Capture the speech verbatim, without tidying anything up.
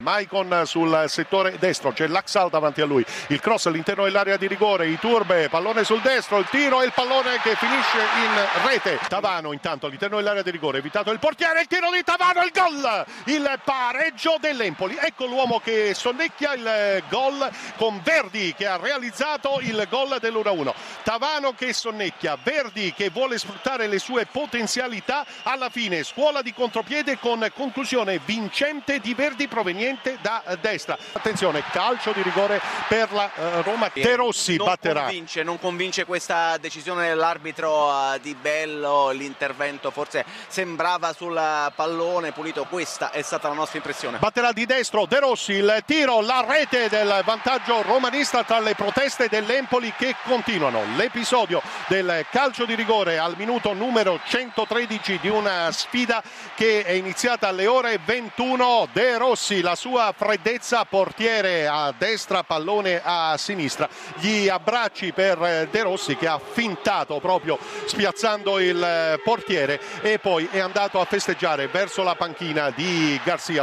Maicon sul settore destro, c'è Laxal davanti a lui, il cross all'interno dell'area di rigore, Iturbe, pallone sul destro, il tiro e il pallone che finisce in rete. Tavano intanto all'interno dell'area di rigore, evitato il portiere, il tiro di Tavano, il gol, il pareggio dell'Empoli. Ecco l'uomo che sonnecchia il gol con Verdi che ha realizzato il gol dell'uno a uno. Tavano che sonnecchia, Verdi che vuole sfruttare le sue potenzialità, alla fine scuola di contropiede con conclusione vincente di Verdi proveniente da destra. Attenzione, calcio di rigore per la uh, Roma. De Rossi non batterà. Convince, non convince questa decisione dell'arbitro uh, Di Bello, l'intervento forse sembrava sul pallone pulito, questa è stata la nostra impressione. Batterà di destro De Rossi, il tiro, la rete del vantaggio romanista tra le proteste dell'Empoli che continuano. L'episodio del calcio di rigore al minuto numero centotredici di una sfida che è iniziata alle ore ventuno. De Rossi, la sua freddezza, portiere a destra, pallone a sinistra, gli abbracci per De Rossi che ha fintato proprio spiazzando il portiere e poi è andato a festeggiare verso la panchina di Garcia.